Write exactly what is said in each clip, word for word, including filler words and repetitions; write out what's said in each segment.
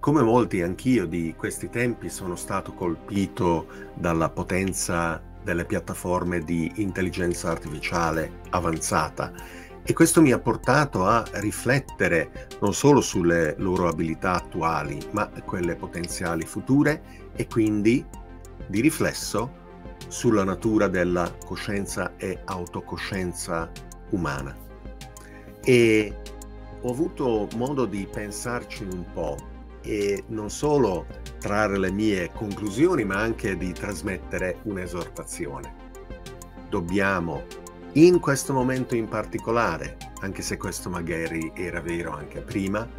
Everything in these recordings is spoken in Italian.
Come molti, anch'io di questi tempi sono stato colpito dalla potenza delle piattaforme di intelligenza artificiale avanzata e questo mi ha portato a riflettere non solo sulle loro abilità attuali, ma quelle potenziali future e quindi, di riflesso, sulla natura della coscienza e autocoscienza umana. E ho avuto modo di pensarci un po' e non solo trarre le mie conclusioni, ma anche di trasmettere un'esortazione. Dobbiamo, in questo momento in particolare, anche se questo magari era vero anche prima,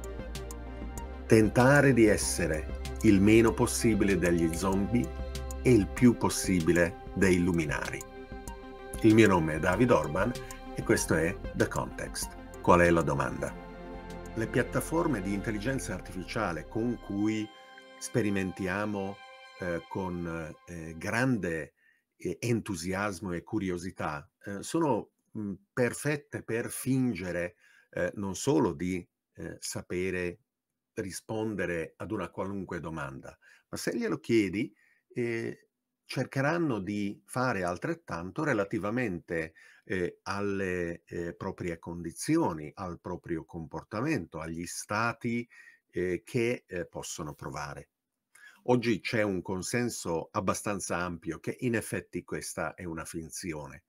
tentare di essere il meno possibile degli zombie e il più possibile dei luminari. Il mio nome è David Orban e questo è The Context. Qual è la domanda? Le piattaforme di intelligenza artificiale con cui sperimentiamo eh, con eh, grande eh, entusiasmo e curiosità eh, sono mh, perfette per fingere eh, non solo di eh, sapere rispondere ad una qualunque domanda, ma se glielo chiedi eh, cercheranno di fare altrettanto relativamente eh, alle eh, proprie condizioni, al proprio comportamento, agli stati eh, che eh, possono provare. Oggi c'è un consenso abbastanza ampio che in effetti questa è una finzione.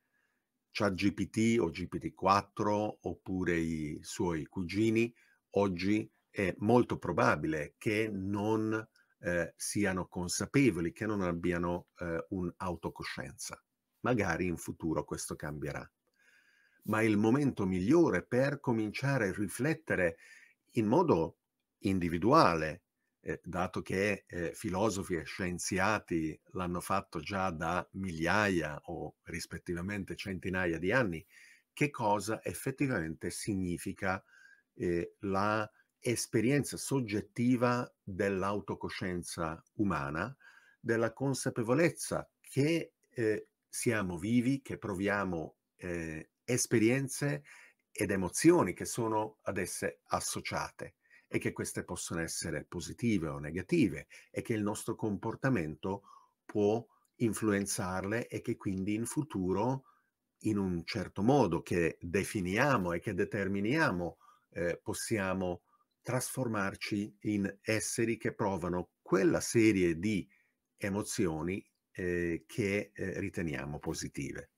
ChatGPT o G P T quattro oppure i suoi cugini oggi è molto probabile che non eh, siano consapevoli, che non abbiano eh, un'autocoscienza. Magari in futuro questo cambierà. Ma il momento migliore per cominciare a riflettere in modo individuale, eh, dato che eh, filosofi e scienziati l'hanno fatto già da migliaia o rispettivamente centinaia di anni, che cosa effettivamente significa eh, la esperienza soggettiva dell'autocoscienza umana, della consapevolezza che eh, siamo vivi, che proviamo eh, esperienze ed emozioni che sono ad esse associate e che queste possono essere positive o negative e che il nostro comportamento può influenzarle e che quindi in futuro, in un certo modo che definiamo e che determiniamo, eh, possiamo trasformarci in esseri che provano quella serie di emozioni eh, che eh, riteniamo positive.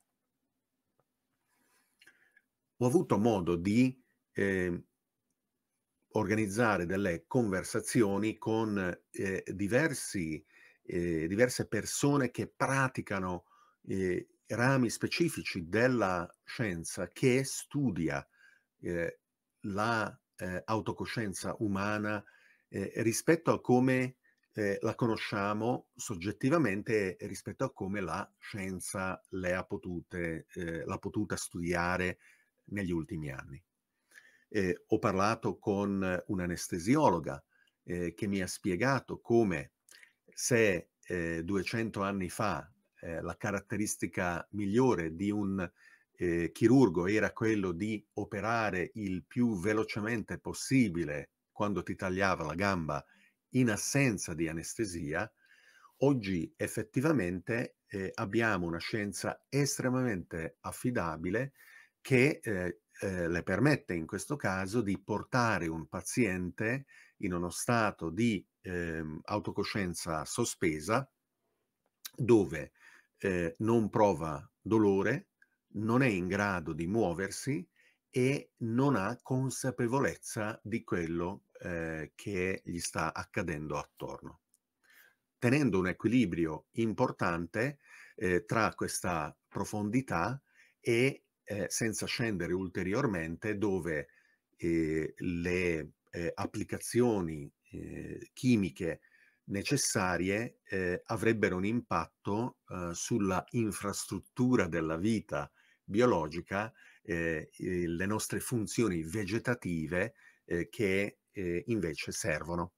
Ho avuto modo di eh, organizzare delle conversazioni con eh, diversi, eh, diverse persone che praticano eh, rami specifici della scienza che studia eh, la eh, autocoscienza umana eh, rispetto a come eh, la conosciamo soggettivamente e rispetto a come la scienza le ha potute, eh, l'ha potuta studiare negli ultimi anni. Eh, ho parlato con un'anestesiologa eh, che mi ha spiegato come se eh, duecento anni fa eh, la caratteristica migliore di un eh, chirurgo era quello di operare il più velocemente possibile quando ti tagliava la gamba in assenza di anestesia, oggi effettivamente eh, abbiamo una scienza estremamente affidabile che eh, eh, le permette in questo caso di portare un paziente in uno stato di ehm, autocoscienza sospesa dove eh, non prova dolore, non è in grado di muoversi e non ha consapevolezza di quello eh, che gli sta accadendo attorno, tenendo un equilibrio importante eh, tra questa profondità e eh, senza scendere ulteriormente dove eh, le eh, applicazioni eh, chimiche necessarie eh, avrebbero un impatto eh, sulla infrastruttura della vita biologica, eh, eh, le nostre funzioni vegetative eh, che eh, invece servono.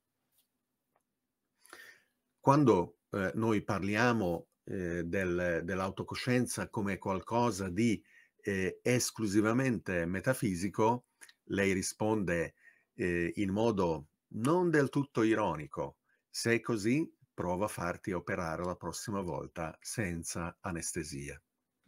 Quando eh, noi parliamo eh, del, dell'autocoscienza come qualcosa di eh, esclusivamente metafisico, lei risponde eh, in modo non del tutto ironico. Se è così, prova a farti operare la prossima volta senza anestesia.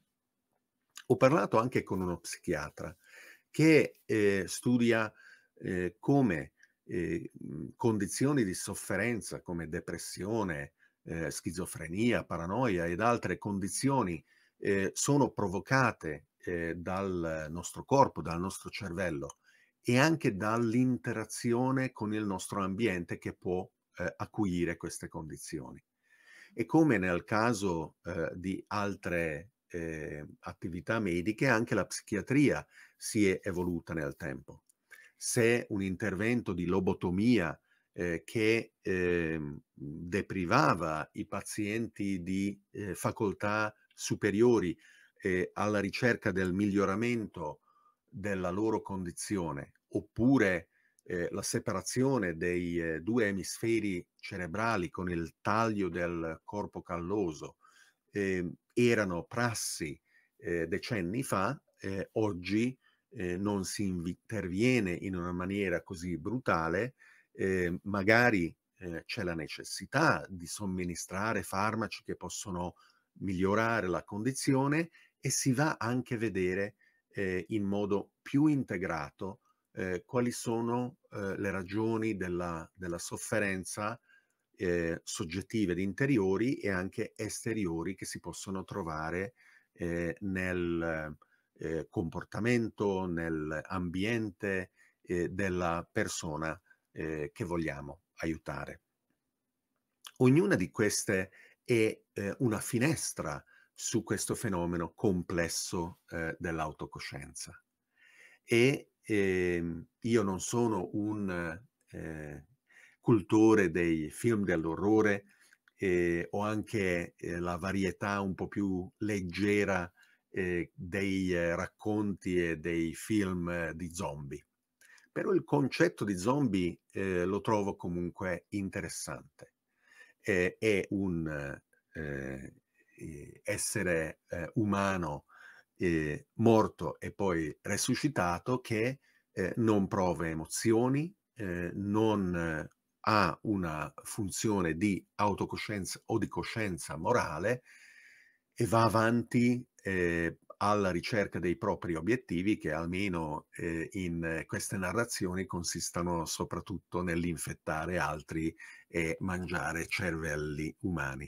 Ho parlato anche con uno psichiatra che eh, studia eh, come eh, mh, condizioni di sofferenza come depressione, eh, schizofrenia, paranoia ed altre condizioni eh, sono provocate eh, dal nostro corpo, dal nostro cervello e anche dall'interazione con il nostro ambiente che può eh, acuire queste condizioni. E come nel caso eh, di altre eh, attività mediche, anche la psichiatria si è evoluta nel tempo. Se un intervento di lobotomia eh, che eh, deprivava i pazienti di eh, facoltà superiori eh, alla ricerca del miglioramento della loro condizione, oppure eh, la separazione dei eh, due emisferi cerebrali con il taglio del corpo calloso, eh, erano prassi eh, decenni fa, eh, oggi eh, non si interviene in una maniera così brutale, eh, magari eh, c'è la necessità di somministrare farmaci che possono migliorare la condizione e si va anche a vedere eh, in modo più integrato eh, quali sono eh, le ragioni della, della sofferenza eh, soggettive ed interiori e anche esteriori che si possono trovare eh, nel eh, comportamento, nell'ambiente eh, della persona eh, che vogliamo aiutare. Ognuna di queste è eh, una finestra su questo fenomeno complesso eh, dell'autocoscienza. E ehm, io non sono un eh, cultore dei film dell'orrore, e ho anche eh, la varietà un po' più leggera eh, dei eh, racconti e dei film eh, di zombie. Però il concetto di zombie eh, lo trovo comunque interessante. Eh, è un eh, eh, essere eh, umano eh, morto e poi resuscitato che eh, non prova emozioni, eh, non eh, ha una funzione di autocoscienza o di coscienza morale e va avanti eh, alla ricerca dei propri obiettivi che almeno eh, in eh, queste narrazioni consistano soprattutto nell'infettare altri e mangiare cervelli umani.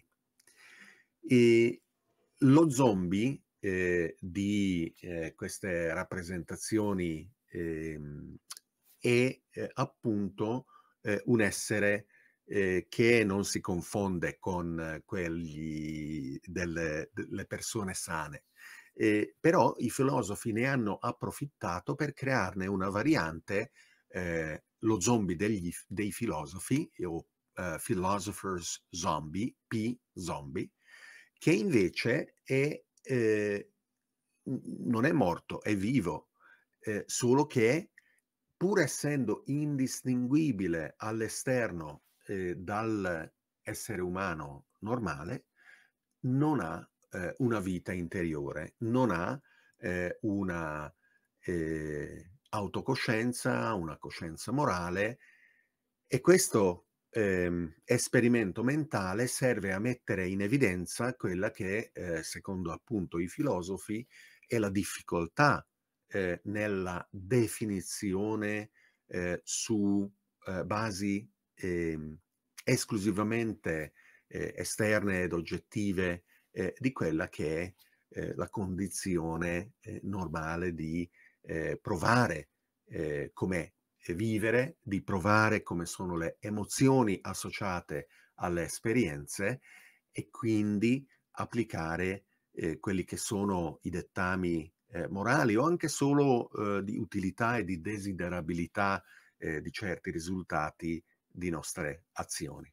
E lo zombie eh, di eh, queste rappresentazioni ehm, è eh, appunto eh, un essere eh, che non si confonde con eh, quelli delle, delle persone sane. Eh, però i filosofi ne hanno approfittato per crearne una variante, eh, lo zombie degli, dei filosofi, o uh, Philosopher's Zombie, P-Zombie, che invece è, eh, non è morto, è vivo, eh, solo che pur essendo indistinguibile all'esterno eh, dall'essere umano normale, non ha eh, una vita interiore, non ha eh, una eh, autocoscienza, una coscienza morale e questo ehm, esperimento mentale serve a mettere in evidenza quella che, eh, secondo appunto i filosofi, è la difficoltà eh, nella definizione eh, su eh, basi ehm, esclusivamente eh, esterne ed oggettive eh, di quella che è eh, la condizione eh, normale di eh, provare eh, com'è vivere, di provare come sono le emozioni associate alle esperienze e quindi applicare eh, quelli che sono i dettami eh, morali o anche solo eh, di utilità e di desiderabilità eh, di certi risultati di nostre azioni.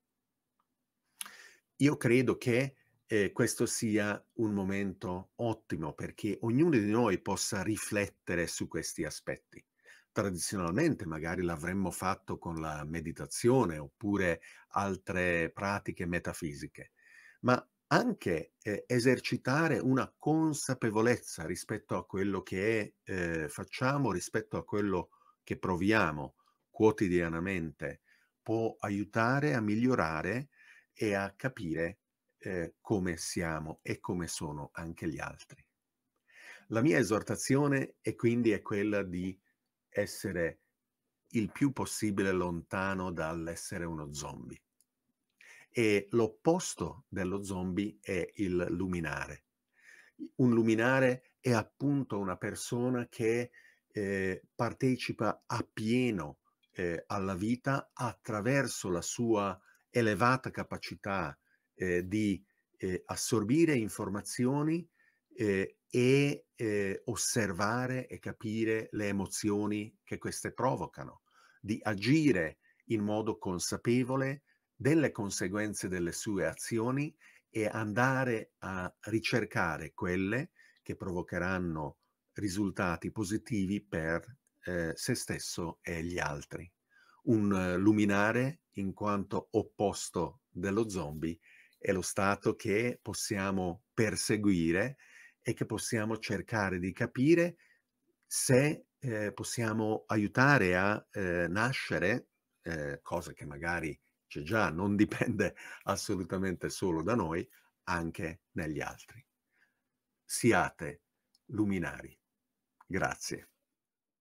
Io credo che eh, questo sia un momento ottimo perché ognuno di noi possa riflettere su questi aspetti. Tradizionalmente magari l'avremmo fatto con la meditazione oppure altre pratiche metafisiche, ma anche eh, esercitare una consapevolezza rispetto a quello che eh, facciamo, rispetto a quello che proviamo quotidianamente può aiutare a migliorare e a capire eh, come siamo e come sono anche gli altri. La mia esortazione è quindi è quella di essere il più possibile lontano dall'essere uno zombie. E l'opposto dello zombie è il luminare. Un luminare è appunto una persona che eh, partecipa appieno eh, alla vita attraverso la sua elevata capacità eh, di eh, assorbire informazioni eh, e eh, osservare e capire le emozioni che queste provocano, di agire in modo consapevole delle conseguenze delle sue azioni e andare a ricercare quelle che provocheranno risultati positivi per eh, se stesso e gli altri. Un eh, luminare, in quanto opposto dello zombie, è lo stato che possiamo perseguire e che possiamo cercare di capire se eh, possiamo aiutare a eh, nascere, eh, cosa che magari c'è già, non dipende assolutamente solo da noi, anche negli altri. Siate luminari. Grazie.